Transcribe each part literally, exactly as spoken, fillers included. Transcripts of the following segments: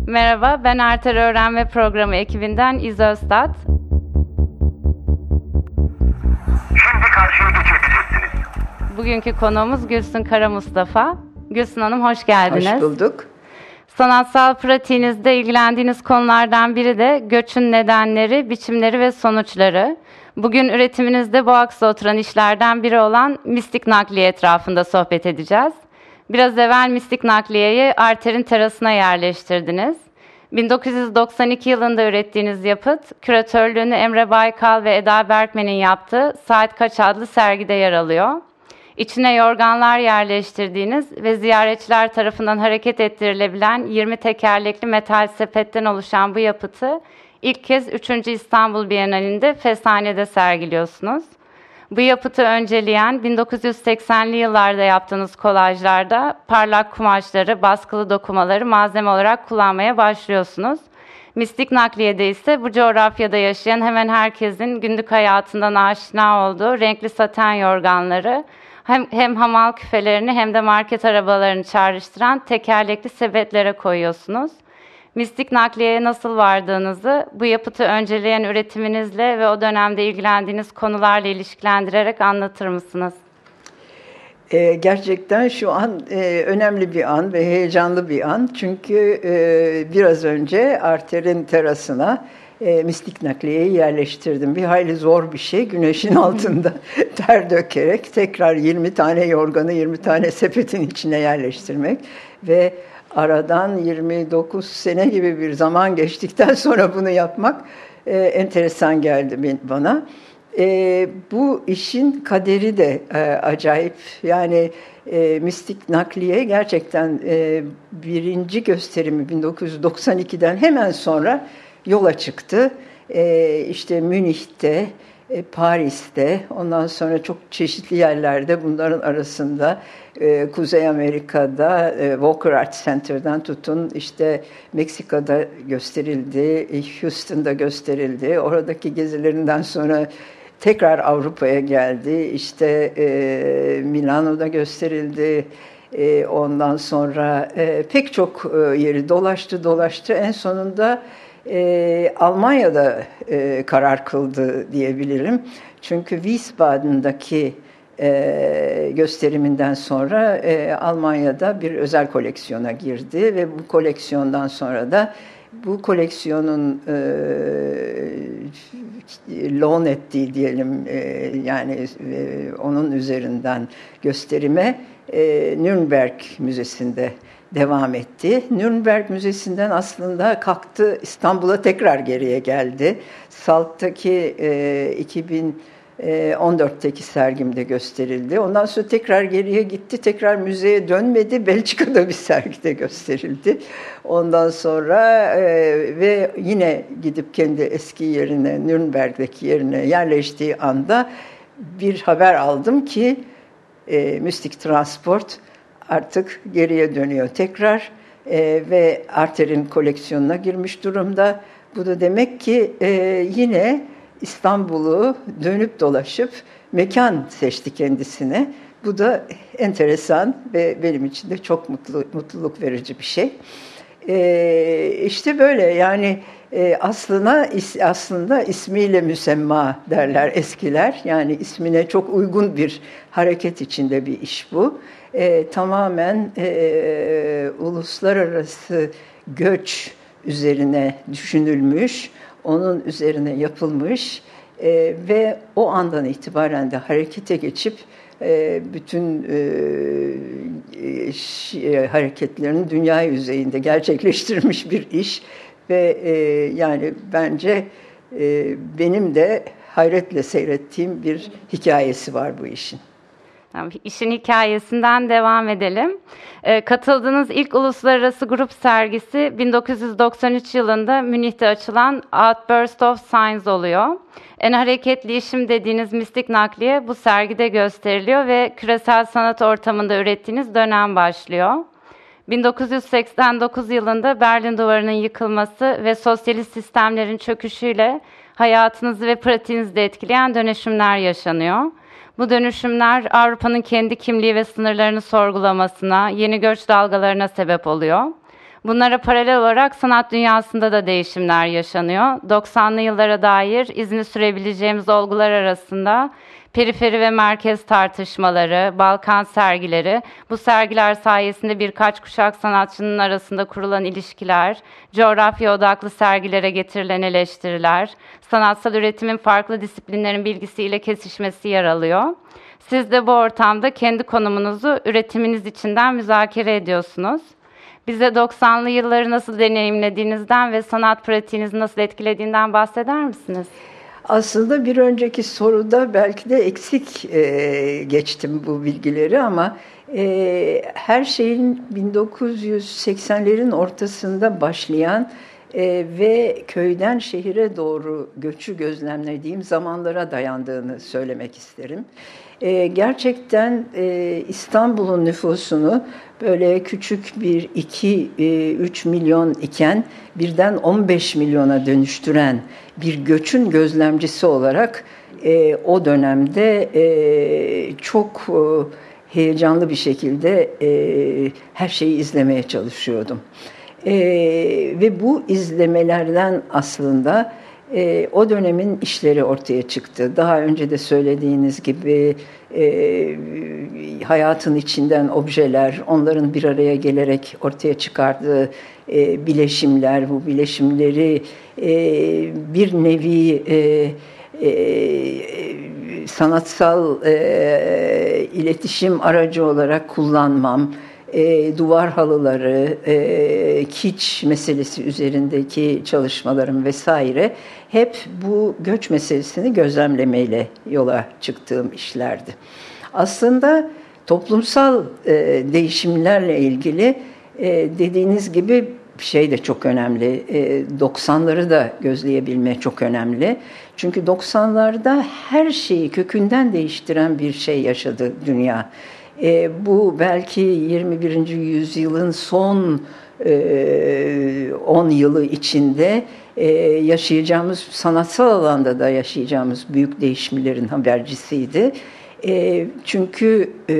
Merhaba, ben Arter Öğrenme Programı ekibinden İz Öztat. Şimdi karşıya geçebilirsiniz. Bugünkü konuğumuz Gülsün Kara Mustafa. Gülsün Hanım, hoş geldiniz. Hoş bulduk. Sanatsal pratiğinizde ilgilendiğiniz konulardan biri de göçün nedenleri, biçimleri ve sonuçları. Bugün üretiminizde bu aksa oturan işlerden biri olan mistik nakliye etrafında sohbet edeceğiz. Biraz evvel mistik nakliyeyi Arter'in terasına yerleştirdiniz. bin dokuz yüz doksan iki yılında ürettiğiniz yapıt, küratörlüğünü Emre Baykal ve Eda Berkmen'in yaptığı Saat Kaç adlı sergide yer alıyor. İçine yorganlar yerleştirdiğiniz ve ziyaretçiler tarafından hareket ettirilebilen yirmi tekerlekli metal sepetten oluşan bu yapıtı ilk kez üçüncü İstanbul Bienalinde Feshane'de sergiliyorsunuz. Bu yapıtı önceleyen bin dokuz yüz seksenli yıllarda yaptığınız kolajlarda parlak kumaşları, baskılı dokumaları malzeme olarak kullanmaya başlıyorsunuz. Mistik nakliyede ise bu coğrafyada yaşayan hemen herkesin günlük hayatından aşina olduğu renkli saten yorganları, hem, hem hamal küfelerini hem de market arabalarını çağrıştıran tekerlekli sepetlere koyuyorsunuz. Mistik nakliyeye nasıl vardığınızı bu yapıtı önceleyen üretiminizle ve o dönemde ilgilendiğiniz konularla ilişkilendirerek anlatır mısınız? Ee, gerçekten şu an e, önemli bir an ve heyecanlı bir an. Çünkü e, biraz önce Arter'in terasına e, mistik nakliyeyi yerleştirdim. Bir hayli zor bir şey. Güneşin altında ter dökerek tekrar yirmi tane yorganı yirmi tane sepetin içine yerleştirmek ve aradan yirmi dokuz sene gibi bir zaman geçtikten sonra bunu yapmak e, enteresan geldi bana. E, bu işin kaderi de e, acayip. Yani e, mistik nakliye gerçekten e, birinci gösterimi bin dokuz yüz doksan ikiden hemen sonra yola çıktı. E, işte Münih'te, e, Paris'te, ondan sonra çok çeşitli yerlerde, bunların arasında e, Kuzey Amerika'da e, Walker Art Center'dan tutun, işte Meksika'da gösterildi, Houston'da gösterildi. Oradaki gezilerinden sonra tekrar Avrupa'ya geldi, işte e, Milano'da gösterildi. E, ondan sonra e, pek çok e, yeri dolaştı dolaştı. En sonunda e, Almanya'da e, karar kıldı diyebilirim. Çünkü Wiesbaden'daki e, gösteriminden sonra e, Almanya'da bir özel koleksiyona girdi ve bu koleksiyondan sonra da bu koleksiyonun e, loan ettiği diyelim e, yani e, onun üzerinden gösterime e, Nürnberg Müzesi'nde devam etti. Nürnberg Müzesi'nden aslında kalktı, İstanbul'a tekrar geriye geldi. Salt'taki e, iki bin on dörtteki sergimde gösterildi. Ondan sonra tekrar geriye gitti, tekrar müzeye dönmedi. Belçika'da bir sergide gösterildi. Ondan sonra e, ve yine gidip kendi eski yerine, Nürnberg'deki yerine yerleştiği anda bir haber aldım ki e, Mystic Transport artık geriye dönüyor tekrar e, ve Arter'in koleksiyonuna girmiş durumda. Bu da demek ki e, yine İstanbul'u dönüp dolaşıp mekan seçti kendisine. Bu da enteresan ve benim için de çok mutlu, mutluluk verici bir şey. Ee, işte böyle yani e, aslına is, aslında ismiyle müsemma derler eskiler. Yani ismine çok uygun bir hareket içinde bir iş bu. E, tamamen e, uluslararası göç üzerine düşünülmüş, onun üzerine yapılmış e, ve o andan itibaren de harekete geçip e, bütün e, e, hareketlerini dünya yüzeyinde gerçekleştirmiş bir iş ve e, yani bence e, benim de hayretle seyrettiğim bir hikayesi var bu işin. Tamam, işin hikayesinden devam edelim. E, katıldığınız ilk uluslararası grup sergisi bin dokuz yüz doksan üç yılında Münih'te açılan Outburst of Signs oluyor. En hareketli işim dediğiniz mistik nakliye bu sergide gösteriliyor ve küresel sanat ortamında ürettiğiniz dönem başlıyor. bin dokuz yüz seksen dokuz yılında Berlin Duvarı'nın yıkılması ve sosyalist sistemlerin çöküşüyle hayatınızı ve pratiğinizi de etkileyen dönüşümler yaşanıyor. Bu dönüşümler Avrupa'nın kendi kimliği ve sınırlarını sorgulamasına, yeni göç dalgalarına sebep oluyor. Bunlara paralel olarak sanat dünyasında da değişimler yaşanıyor. doksanlı yıllara dair izini sürebileceğimiz olgular arasında periferi ve merkez tartışmaları, Balkan sergileri, bu sergiler sayesinde birkaç kuşak sanatçının arasında kurulan ilişkiler, coğrafya odaklı sergilere getirilen eleştiriler, sanatsal üretimin farklı disiplinlerin bilgisiyle kesişmesi yer alıyor. Siz de bu ortamda kendi konumunuzu üretiminiz içinden müzakere ediyorsunuz. Bize doksanlı yılları nasıl deneyimlediğinizden ve sanat pratiğinizi nasıl etkilediğinden bahseder misiniz? Aslında bir önceki soruda belki de eksik e, geçtim bu bilgileri ama e, her şeyin bin dokuz yüz seksenlerin ortasında başlayan e, ve köyden şehire doğru göçü gözlemlediğim zamanlara dayandığını söylemek isterim. E, gerçekten e, İstanbul'un nüfusunu böyle küçük bir iki üç milyon iken birden on beş milyona dönüştüren bir göçün gözlemcisi olarak e, o dönemde e, çok e, heyecanlı bir şekilde e, her şeyi izlemeye çalışıyordum. E, ve bu izlemelerden aslında E, o dönemin işleri ortaya çıktı. Daha önce de söylediğiniz gibi e, hayatın içinden objeler, onların bir araya gelerek ortaya çıkardığı e, bileşimler, bu bileşimleri e, bir nevi e, e, sanatsal e, iletişim aracı olarak kullanmam, E, duvar halıları, e, kiç meselesi üzerindeki çalışmalarım vesaire hep bu göç meselesini gözlemlemeyle yola çıktığım işlerdi. Aslında toplumsal e, değişimlerle ilgili e, dediğiniz gibi şey de çok önemli. E, doksanları da gözleyebilme çok önemli. Çünkü doksanlarda her şeyi kökünden değiştiren bir şey yaşadı dünya. E, bu belki yirmi birinci yüzyılın son e, on yılı içinde e, yaşayacağımız, sanatsal alanda da yaşayacağımız büyük değişimlerin habercisiydi. E, çünkü e,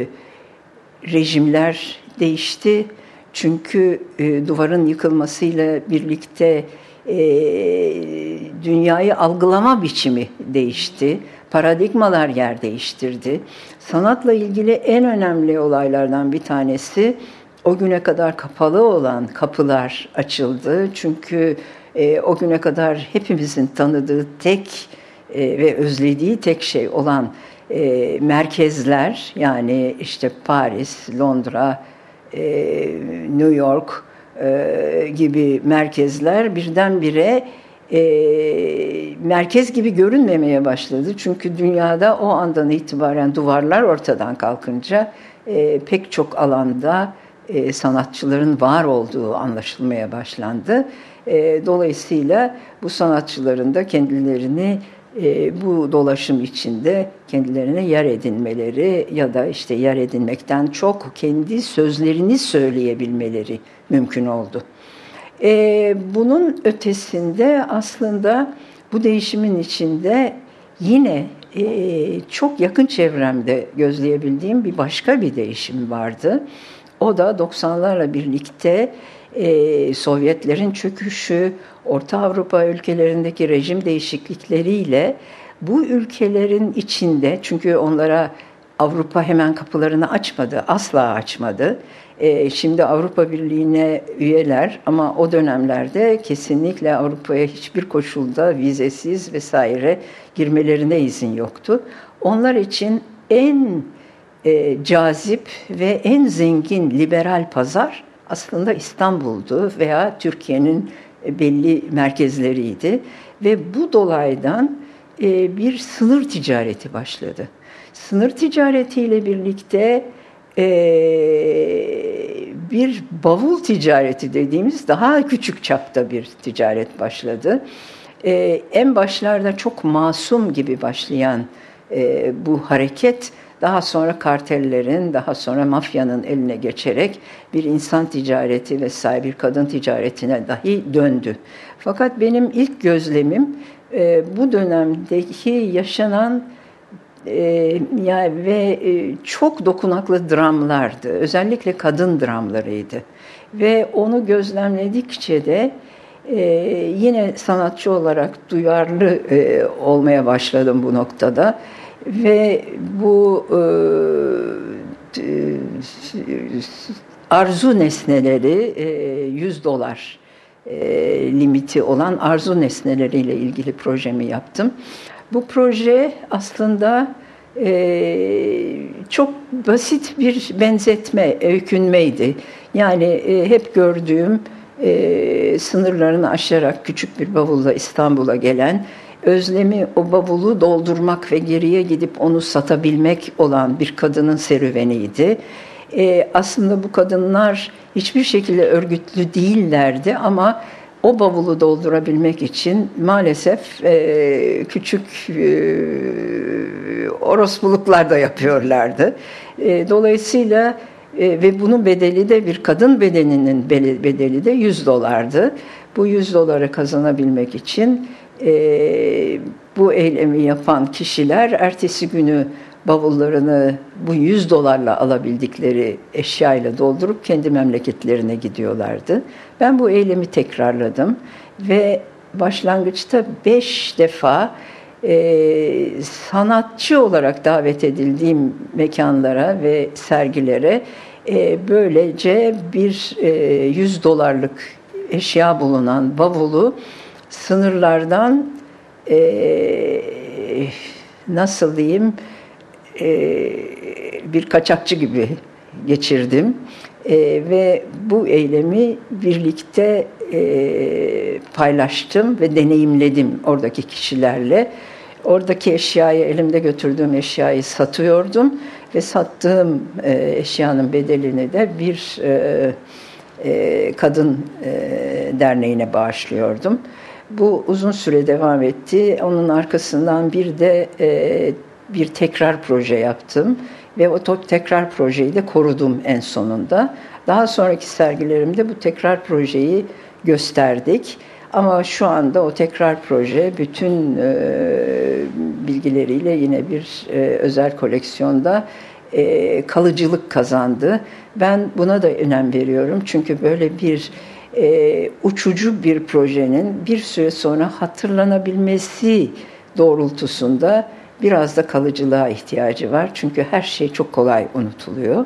rejimler değişti. Çünkü e, duvarın yıkılmasıyla birlikte e, dünyayı algılama biçimi değişti. Paradigmalar yer değiştirdi. Sanatla ilgili en önemli olaylardan bir tanesi o güne kadar kapalı olan kapılar açıldı. Çünkü e, o güne kadar hepimizin tanıdığı tek e, ve özlediği tek şey olan e, merkezler, yani işte Paris, Londra, e, New York e, gibi merkezler birdenbire E, merkez gibi görünmemeye başladı. Çünkü dünyada o andan itibaren duvarlar ortadan kalkınca e, pek çok alanda e, sanatçıların var olduğu anlaşılmaya başlandı. E, dolayısıyla bu sanatçıların da kendilerini e, bu dolaşım içinde kendilerine yer edinmeleri ya da işte yer edinmekten çok kendi sözlerini söyleyebilmeleri mümkün oldu. Ee, bunun ötesinde aslında bu değişimin içinde yine e, çok yakın çevremde gözleyebildiğim bir başka bir değişim vardı. O da doksanlarla birlikte e, Sovyetlerin çöküşü, Orta Avrupa ülkelerindeki rejim değişiklikleriyle bu ülkelerin içinde, çünkü onlara Avrupa hemen kapılarını açmadı, asla açmadı. E, şimdi Avrupa Birliği'ne üyeler ama o dönemlerde kesinlikle Avrupa'ya hiçbir koşulda vizesiz vesaire girmelerine izin yoktu. Onlar için en e, cazip ve en zengin liberal pazar aslında İstanbul'du veya Türkiye'nin belli merkezleriydi. Ve bu dolaydan e, bir sınır ticareti başladı. Sınır ticaretiyle birlikte e, bir bavul ticareti dediğimiz daha küçük çapta bir ticaret başladı. E, en başlarda çok masum gibi başlayan e, bu hareket daha sonra kartellerin, daha sonra mafyanın eline geçerek bir insan ticareti vesaire bir kadın ticaretine dahi döndü. Fakat benim ilk gözlemim e, bu dönemdeki yaşanan Ee, ya ve e, çok dokunaklı dramlardı. Özellikle kadın dramlarıydı. Ve onu gözlemledikçe de e, yine sanatçı olarak duyarlı e, olmaya başladım bu noktada. Ve bu e, arzu nesneleri e, yüz dolar e, limiti olan arzu nesneleriyle ilgili projemi yaptım. Bu proje aslında e, çok basit bir benzetme, öykünmeydi. Yani e, hep gördüğüm e, sınırlarını aşarak küçük bir bavulla İstanbul'a gelen, özlemi o bavulu doldurmak ve geriye gidip onu satabilmek olan bir kadının serüveniydi. E, aslında bu kadınlar hiçbir şekilde örgütlü değillerdi ama o bavulu doldurabilmek için maalesef e, küçük e, orospuluklar da yapıyorlardı. E, dolayısıyla e, ve bunun bedeli de bir kadın bedeninin bedeli de yüz dolardı. Bu yüz doları kazanabilmek için e, bu eylemi yapan kişiler ertesi günü bavullarını bu yüz dolarla alabildikleri eşyayla doldurup kendi memleketlerine gidiyorlardı. Ben bu eylemi tekrarladım ve başlangıçta beş defa e, sanatçı olarak davet edildiğim mekanlara ve sergilere e, böylece bir e, yüz dolarlık eşya bulunan bavulu sınırlardan e, nasıl diyeyim bir kaçakçı gibi geçirdim e, ve bu eylemi birlikte e, paylaştım ve deneyimledim oradaki kişilerle. Oradaki eşyayı, elimde götürdüğüm eşyayı satıyordum ve sattığım e, eşyanın bedelini de bir e, e, kadın e, derneğine bağışlıyordum. Bu uzun süre devam etti. Onun arkasından bir de e, bir tekrar proje yaptım ve o tekrar projeyi de korudum en sonunda. Daha sonraki sergilerimde bu tekrar projeyi gösterdik. Ama şu anda o tekrar proje bütün e, bilgileriyle yine bir e, özel koleksiyonda e, kalıcılık kazandı. Ben buna da önem veriyorum çünkü böyle bir e, uçucu bir projenin bir süre sonra hatırlanabilmesi doğrultusunda biraz da kalıcılığa ihtiyacı var. Çünkü her şey çok kolay unutuluyor.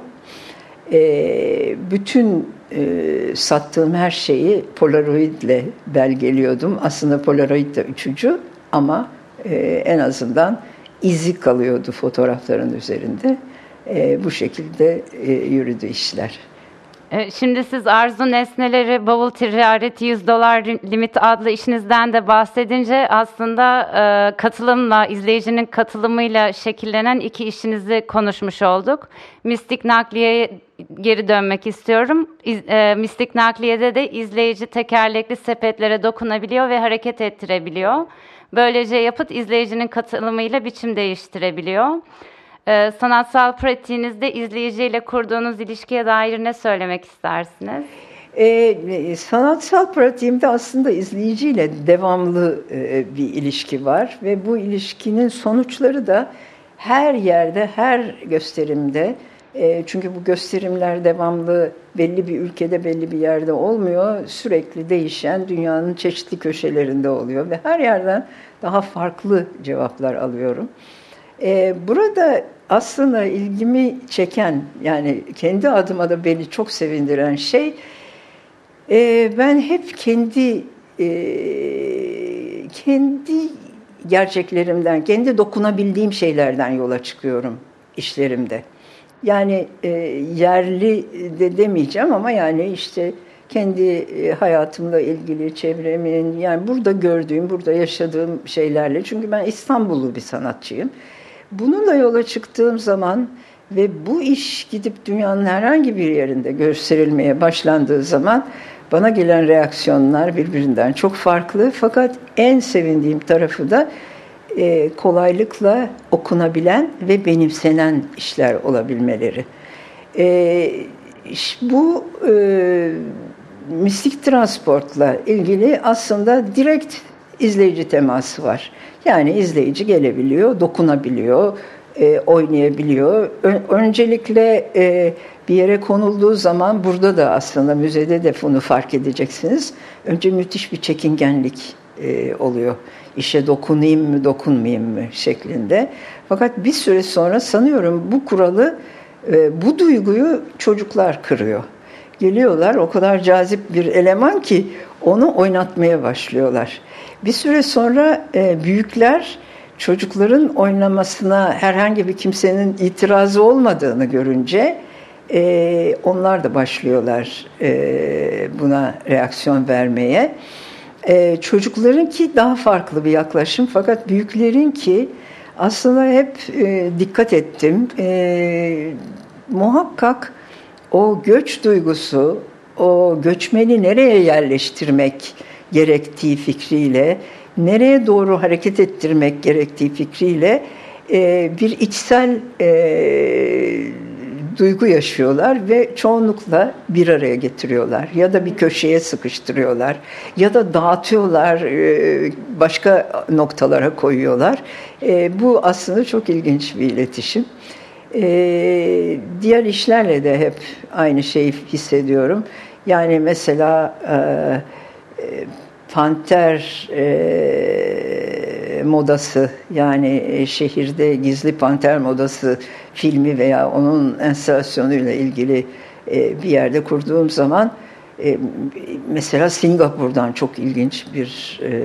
E, bütün e, sattığım her şeyi Polaroid'le belgeliyordum. Aslında Polaroid de uçucu ama e, en azından izi kalıyordu fotoğrafların üzerinde. E, bu şekilde e, yürüdü işler. Şimdi siz arzu nesneleri, bavul ticareti, yüz dolar limit adlı işinizden de bahsedince aslında e, katılımla, izleyicinin katılımıyla şekillenen iki işinizi konuşmuş olduk. Mistik Nakliye'ye geri dönmek istiyorum. İz, e, Mistik Nakliye'de de izleyici tekerlekli sepetlere dokunabiliyor ve hareket ettirebiliyor. Böylece yapıt izleyicinin katılımıyla biçim değiştirebiliyor. Ee, sanatsal pratiğinizde izleyiciyle kurduğunuz ilişkiye dair ne söylemek istersiniz? Ee, sanatsal pratiğimde aslında izleyiciyle devamlı e, bir ilişki var ve bu ilişkinin sonuçları da her yerde, her gösterimde, e, çünkü bu gösterimler devamlı belli bir ülkede, belli bir yerde olmuyor, sürekli değişen dünyanın çeşitli köşelerinde oluyor ve her yerden daha farklı cevaplar alıyorum. Ee, burada aslında ilgimi çeken, yani kendi adıma da beni çok sevindiren şey, e, ben hep kendi e, kendi gerçeklerimden, kendi dokunabildiğim şeylerden yola çıkıyorum işlerimde. Yani e, yerli de demeyeceğim ama yani işte kendi hayatımla ilgili, çevremin, yani burada gördüğüm, burada yaşadığım şeylerle. Çünkü ben İstanbullu bir sanatçıyım. Bununla yola çıktığım zaman ve bu iş gidip dünyanın herhangi bir yerinde gösterilmeye başlandığı zaman bana gelen reaksiyonlar birbirinden çok farklı. Fakat en sevindiğim tarafı da e, kolaylıkla okunabilen ve benimsenen işler olabilmeleri. E, bu e, mistik transportla ilgili aslında direkt izleyici teması var. Yani izleyici gelebiliyor, dokunabiliyor, e, oynayabiliyor. Ö- öncelikle e, bir yere konulduğu zaman burada da aslında müzede de bunu fark edeceksiniz. Önce müthiş bir çekingenlik e, oluyor. İşe dokunayım mı, dokunmayayım mı şeklinde. Fakat bir süre sonra sanıyorum bu kuralı, e, bu duyguyu çocuklar kırıyor. Geliyorlar, o kadar cazip bir eleman ki onu oynatmaya başlıyorlar. Bir süre sonra e, büyükler çocukların oynamasına herhangi bir kimsenin itirazı olmadığını görünce e, onlar da başlıyorlar e, buna reaksiyon vermeye. E, çocuklarınki daha farklı bir yaklaşım, fakat büyüklerinki aslında hep e, dikkat ettim. E, muhakkak o göç duygusu, o göçmeni nereye yerleştirmek gerektiği fikriyle, nereye doğru hareket ettirmek gerektiği fikriyle e, bir içsel e, duygu yaşıyorlar ve çoğunlukla bir araya getiriyorlar ya da bir köşeye sıkıştırıyorlar ya da dağıtıyorlar, e, başka noktalara koyuyorlar. E, bu aslında çok ilginç bir iletişim. Ee, diğer işlerle de hep aynı şeyi hissediyorum. Yani mesela e, e, panter e, modası, yani e, şehirde gizli panter modası filmi veya onun enstalasyonuyla ilgili e, bir yerde kurduğum zaman e, mesela Singapur'dan çok ilginç bir e,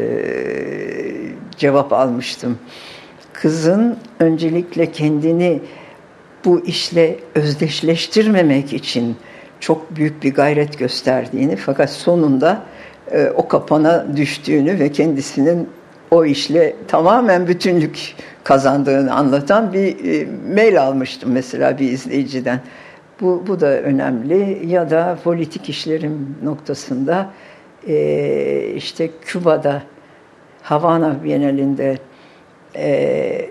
cevap almıştım. Kızın öncelikle kendini bu işle özdeşleştirmemek için çok büyük bir gayret gösterdiğini, fakat sonunda e, o kapana düştüğünü ve kendisinin o işle tamamen bütünlük kazandığını anlatan bir e, mail almıştım mesela bir izleyiciden. Bu, bu da önemli. Ya da politik işlerim noktasında e, işte Küba'da, Havana Bienalinde e,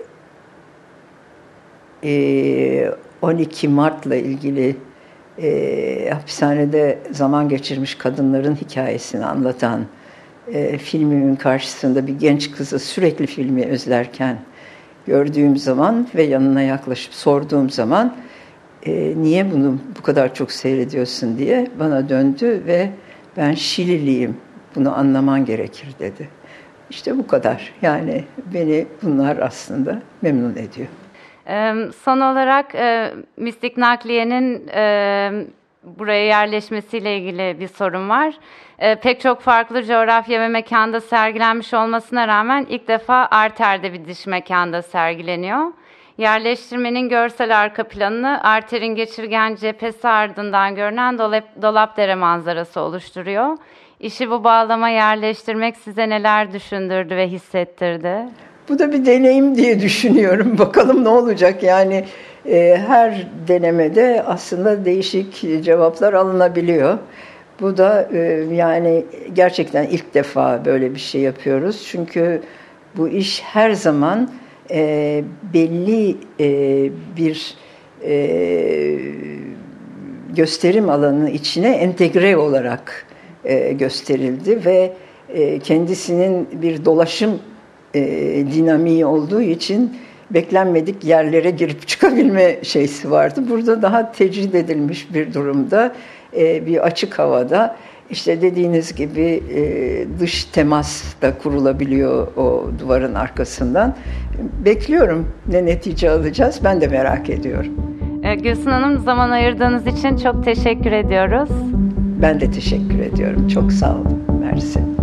on iki Mart'la ilgili e, hapishanede zaman geçirmiş kadınların hikayesini anlatan e, filmimin karşısında bir genç kızı sürekli filmi özlerken gördüğüm zaman ve yanına yaklaşıp sorduğum zaman e, niye bunu bu kadar çok seyrediyorsun diye bana döndü ve ben Şililiyim, bunu anlaman gerekir dedi. İşte bu kadar. Yani beni bunlar aslında memnun ediyor. Son olarak e, Mistik Nakliye'nin e, buraya yerleşmesiyle ilgili bir sorun var. E, pek çok farklı coğrafya ve mekanda sergilenmiş olmasına rağmen ilk defa Arter'de bir dış mekanda sergileniyor. Yerleştirmenin görsel arka planını Arter'in geçirgen cephesi ardından görünen Dolap, Dolapdere manzarası oluşturuyor. İşi bu bağlama yerleştirmek size neler düşündürdü ve hissettirdi? Bu da bir deneyim diye düşünüyorum. Bakalım ne olacak? Yani e, her denemede aslında değişik cevaplar alınabiliyor. Bu da e, yani gerçekten ilk defa böyle bir şey yapıyoruz. Çünkü bu iş her zaman e, belli e, bir e, gösterim alanının içine entegre olarak e, gösterildi ve e, kendisinin bir dolaşım E, dinamiği olduğu için beklenmedik yerlere girip çıkabilme şeysi vardı. Burada daha tecrid edilmiş bir durumda, e, bir açık havada, işte dediğiniz gibi e, dış temas da kurulabiliyor o duvarın arkasından. Bekliyorum ne netice alacağız, ben de merak ediyorum. E, Gülsün Hanım, zaman ayırdığınız için çok teşekkür ediyoruz. Ben de teşekkür ediyorum. Çok sağ olun. Mersi.